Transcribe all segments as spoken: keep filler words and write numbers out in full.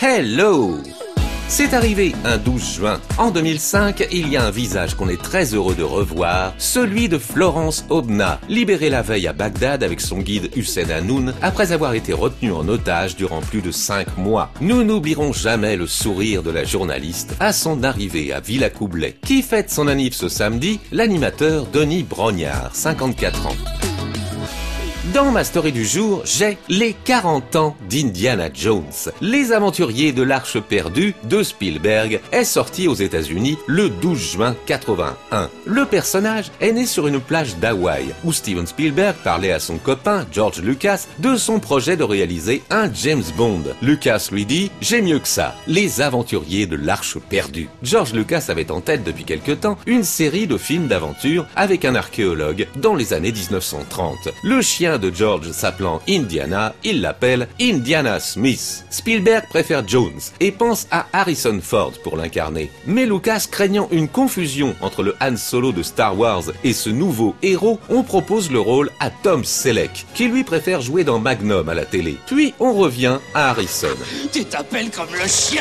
Hello! C'est arrivé un douze juin. En deux mille cinq, il y a un visage qu'on est très heureux de revoir, celui de Florence Obna, libérée la veille à Bagdad avec son guide Hussein Hanoun, après avoir été retenue en otage durant plus de cinq mois. Nous n'oublierons jamais le sourire de la journaliste à son arrivée à Villacoublay. Qui fête son anniv ce samedi? L'animateur Denis Brognard, cinquante-quatre ans. Dans ma story du jour, j'ai les quarante ans d'Indiana Jones. Les aventuriers de l'Arche perdue de Spielberg est sorti aux États-Unis le douze juin quatre-vingt-un. Le personnage est né sur une plage d'Hawaï où Steven Spielberg parlait à son copain George Lucas de son projet de réaliser un James Bond. Lucas lui dit « J'ai mieux que ça, les aventuriers de l'Arche perdue ». George Lucas avait en tête depuis quelque temps une série de films d'aventure avec un archéologue dans les années mille neuf cent trente. Le chien de George s'appelant Indiana, il l'appelle Indiana Smith. Spielberg préfère Jones et pense à Harrison Ford pour l'incarner. Mais Lucas, craignant une confusion entre le Han Solo de Star Wars et ce nouveau héros, on propose le rôle à Tom Selleck, qui lui préfère jouer dans Magnum à la télé. Puis on revient à Harrison. Tu t'appelles comme le chien.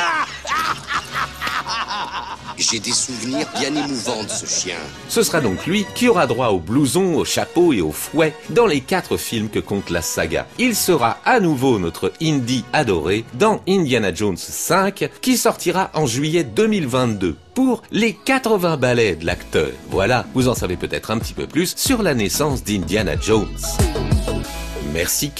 J'ai des souvenirs bien émouvants de ce chien. Ce sera donc lui qui aura droit au blouson, au chapeau et au fouet dans les quatre films que compte la saga. Il sera à nouveau notre Indy adoré dans Indiana Jones cinq qui sortira en juillet deux mille vingt-deux. Pour les quatre-vingts ballets de l'acteur. Voilà, vous en savez peut-être un petit peu plus sur la naissance d'Indiana Jones. Merci qui ?